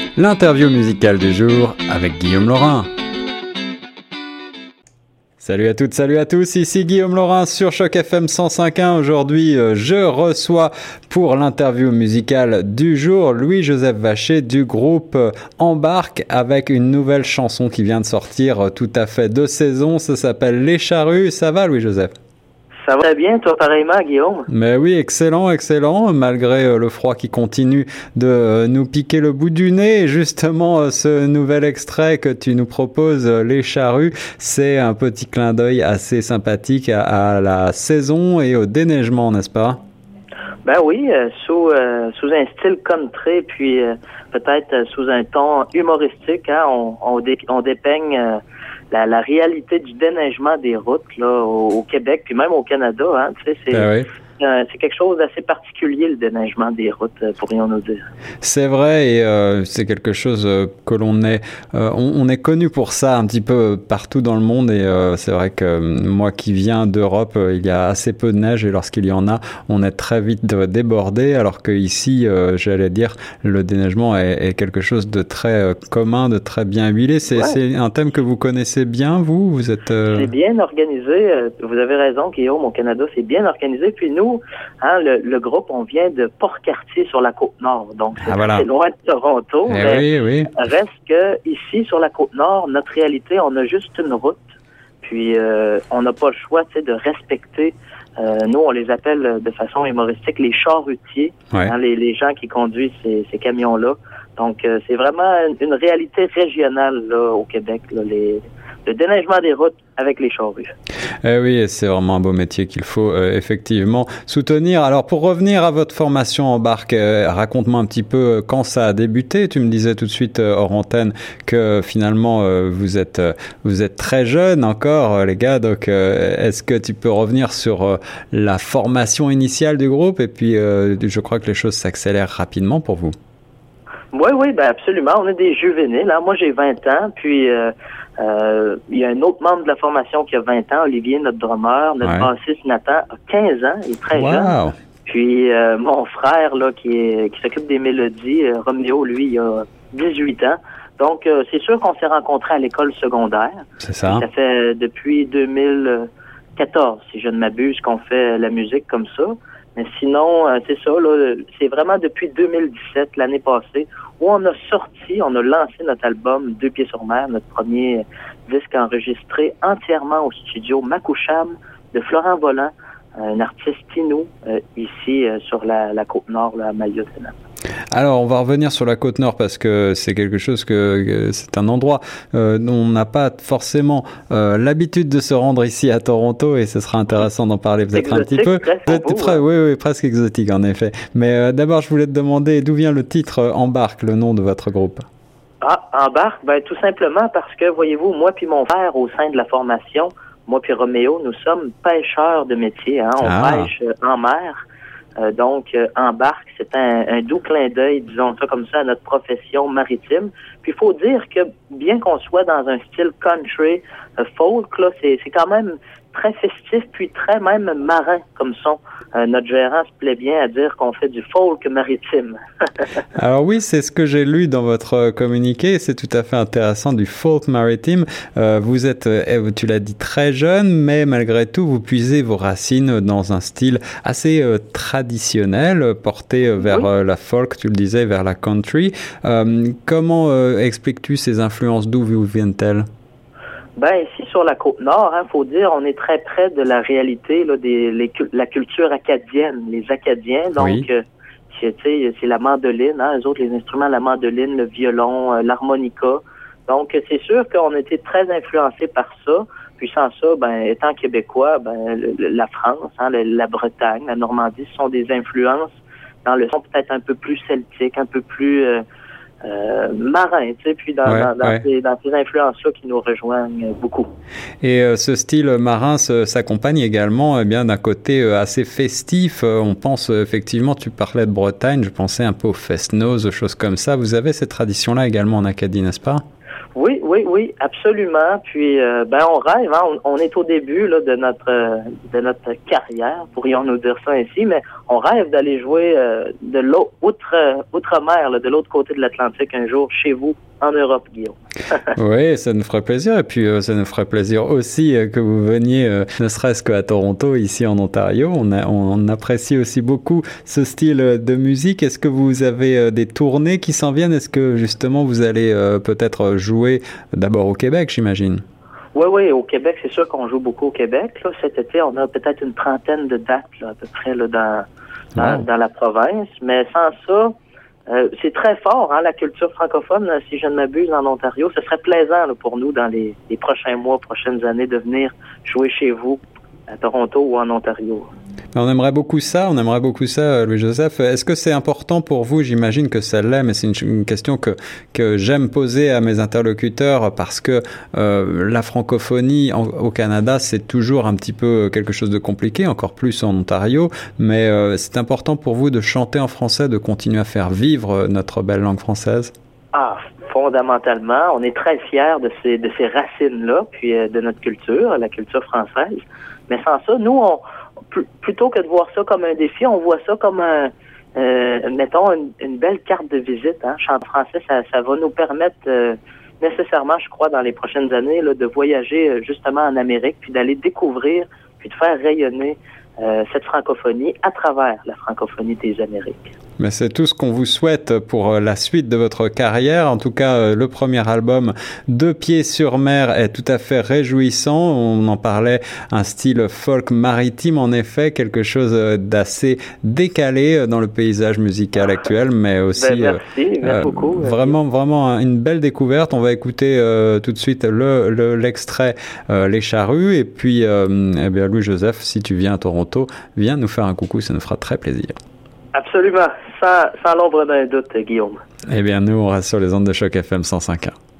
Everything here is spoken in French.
L'interview musicale du jour avec Guillaume Laurin. Salut à toutes, salut à tous, ici Guillaume Laurin sur Choc FM 105.1. Aujourd'hui, je reçois pour l'interview musicale du jour Louis-Joseph Vacher du groupe Embarque avec une nouvelle chanson qui vient de sortir tout à fait de saison. Ça s'appelle Les Charrues. Ça va Louis-Joseph? Ça va bien, toi pareillement, Guillaume? Mais oui, excellent, malgré le froid qui continue de nous piquer le bout du nez. Et justement, ce nouvel extrait que tu nous proposes, Les Charrues, c'est un petit clin d'œil assez sympathique à la saison et au déneigement, n'est-ce pas? Ben oui, sous un style country, puis peut-être sous un ton humoristique, hein, on dépeigne la réalité du déneigement des routes là au Québec, puis même au Canada, hein, tu sais, c'est quelque chose d'assez particulier, le déneigement des routes, pourrions-nous dire. C'est vrai, et c'est quelque chose que l'on est... on est connu pour ça un petit peu partout dans le monde, et c'est vrai que moi qui viens d'Europe, il y a assez peu de neige, et lorsqu'il y en a, on est très vite débordé, alors qu'ici, j'allais dire, le déneigement est quelque chose de très commun, de très bien huilé. C'est un thème que vous connaissez bien, vous? Vous êtes... C'est bien organisé, vous avez raison, Guillaume, au Canada, c'est bien organisé, puis nous, hein, le groupe, on vient de Port-Cartier sur la Côte-Nord, donc c'est loin de Toronto, mais reste que ici, sur la Côte-Nord, notre réalité, on a juste une route, puis on n'a pas le choix, tu sais, de respecter, nous, on les appelle de façon humoristique les charrutiers, hein, les gens qui conduisent ces camions-là, donc c'est vraiment une réalité régionale là, au Québec, là, le déneigement des routes avec les charrues. Oui, c'est vraiment un beau métier qu'il faut effectivement soutenir. Alors, pour revenir à votre formation Embarque, raconte-moi un petit peu quand ça a débuté. Tu me disais tout de suite hors antenne que finalement vous êtes très jeunes encore, les gars. Donc, est-ce que tu peux revenir sur la formation initiale du groupe? Et puis, je crois que les choses s'accélèrent rapidement pour vous. Oui, ben absolument. On est des juvéniles. Hein. Moi, j'ai 20 ans, puis il y a un autre membre de la formation qui a 20 ans, Olivier, notre drummer, notre bassiste Nathan, a 15 ans, il est très jeune. Puis mon frère, là, qui s'occupe des mélodies, Roméo, lui, il a 18 ans. Donc, c'est sûr qu'on s'est rencontrés à l'école secondaire. C'est ça. Ça fait depuis 2014, si je ne m'abuse, qu'on fait la musique comme ça. Mais sinon, c'est ça, là, c'est vraiment depuis 2017, l'année passée, où on a lancé notre album Deux pieds sur mer, notre premier disque enregistré entièrement au studio Makoucham de Florent Volant, un artiste inou, ici sur la Côte-Nord, là, à Maliotenam. Alors, on va revenir sur la Côte-Nord parce que c'est quelque chose c'est un endroit dont on n'a pas forcément l'habitude de se rendre ici à Toronto, et ce sera intéressant d'en parler peut-être exotique, un petit peu. Oui, presque exotique en effet. Mais d'abord, je voulais te demander d'où vient le titre Embarque, le nom de votre groupe. Ah, Embarque, ben tout simplement parce que, voyez-vous, moi puis mon frère au sein de la formation, moi puis Roméo, nous sommes pêcheurs de métier, hein, on pêche en mer. Donc, Embarque, c'est un doux clin d'œil, disons ça comme ça, à notre profession maritime. Puis, il faut dire que bien qu'on soit dans un style country, folk, là, c'est quand même très festif, puis très même marin comme son. Notre gérant se plaît bien à dire qu'on fait du folk maritime. Alors oui, c'est ce que j'ai lu dans votre communiqué, c'est tout à fait intéressant, du folk maritime. Vous êtes, tu l'as dit, très jeune, mais malgré tout, vous puisez vos racines dans un style assez traditionnel, porté vers la folk, tu le disais, vers la country. Comment expliques-tu ces influences? D'où vous viennent-elles? Ben ici sur la Côte-Nord, faut dire, on est très près de la réalité là, la culture acadienne, les Acadiens. Donc, c'est la mandoline, hein, eux autres les instruments, la mandoline, le violon, l'harmonica. Donc, c'est sûr qu'on a été très influencés par ça. Puis sans ça, ben étant québécois, ben la France, hein, la Bretagne, la Normandie, ce sont des influences dans le son peut-être un peu plus celtique, un peu plus marin, tu sais, puis dans ces influences-là qui nous rejoignent beaucoup. Et ce style marin s'accompagne également d'un côté assez festif. On pense effectivement, tu parlais de Bretagne, je pensais un peu aux fest-noz, aux choses comme ça. Vous avez cette tradition-là également en Acadie, n'est-ce pas? Oui, oui, oui, absolument. Puis, on rêve, hein. On est au début là, de notre carrière, pourrions-nous dire ça ainsi, mais on rêve d'aller jouer de l'autre outre-mer, là, de l'autre côté de l'Atlantique un jour chez vous en Europe, Guillaume. Oui, ça nous ferait plaisir. Et puis, ça nous ferait plaisir aussi que vous veniez, ne serait-ce qu'à Toronto, ici en Ontario. On apprécie aussi beaucoup ce style de musique. Est-ce que vous avez des tournées qui s'en viennent? Est-ce que justement vous allez peut-être jouer d'abord au Québec, j'imagine? Oui, au Québec, c'est sûr qu'on joue beaucoup au Québec. Là, cet été, on a peut-être une trentaine de dates là, à peu près là, dans la province. Mais sans ça, c'est très fort, hein, la culture francophone, si je ne m'abuse, en Ontario. Ce serait plaisant là, pour nous, dans les prochains mois, prochaines années, de venir jouer chez vous, à Toronto ou en Ontario. On aimerait beaucoup ça, Louis-Joseph. Est-ce que c'est important pour vous? J'imagine que ça l'est, mais c'est une question que j'aime poser à mes interlocuteurs parce que la francophonie au Canada, c'est toujours un petit peu quelque chose de compliqué, encore plus en Ontario, mais c'est important pour vous de chanter en français, de continuer à faire vivre notre belle langue française? Ah, fondamentalement, on est très fiers de ces racines-là, puis de notre culture, la culture française. Mais sans ça, nous, plutôt que de voir ça comme un défi, on voit ça comme mettons, une belle carte de visite. Hein. Chanter français, ça va nous permettre nécessairement, je crois, dans les prochaines années, là, de voyager justement en Amérique, puis d'aller découvrir, puis de faire rayonner cette francophonie à travers la francophonie des Amériques. Mais c'est tout ce qu'on vous souhaite pour la suite de votre carrière. En tout cas, le premier album, Deux pieds sur mer, est tout à fait réjouissant. On en parlait, un style folk maritime, en effet, quelque chose d'assez décalé dans le paysage musical actuel, mais aussi merci beaucoup. Vraiment une belle découverte. On va écouter tout de suite l'extrait Les Charrues. Et puis, Louis-Joseph, si tu viens à Toronto, viens nous faire un coucou, ça nous fera très plaisir. Absolument, sans l'ombre d'un doute, Guillaume. Eh bien, nous, on reste sur les ondes de Choc FM 105.1.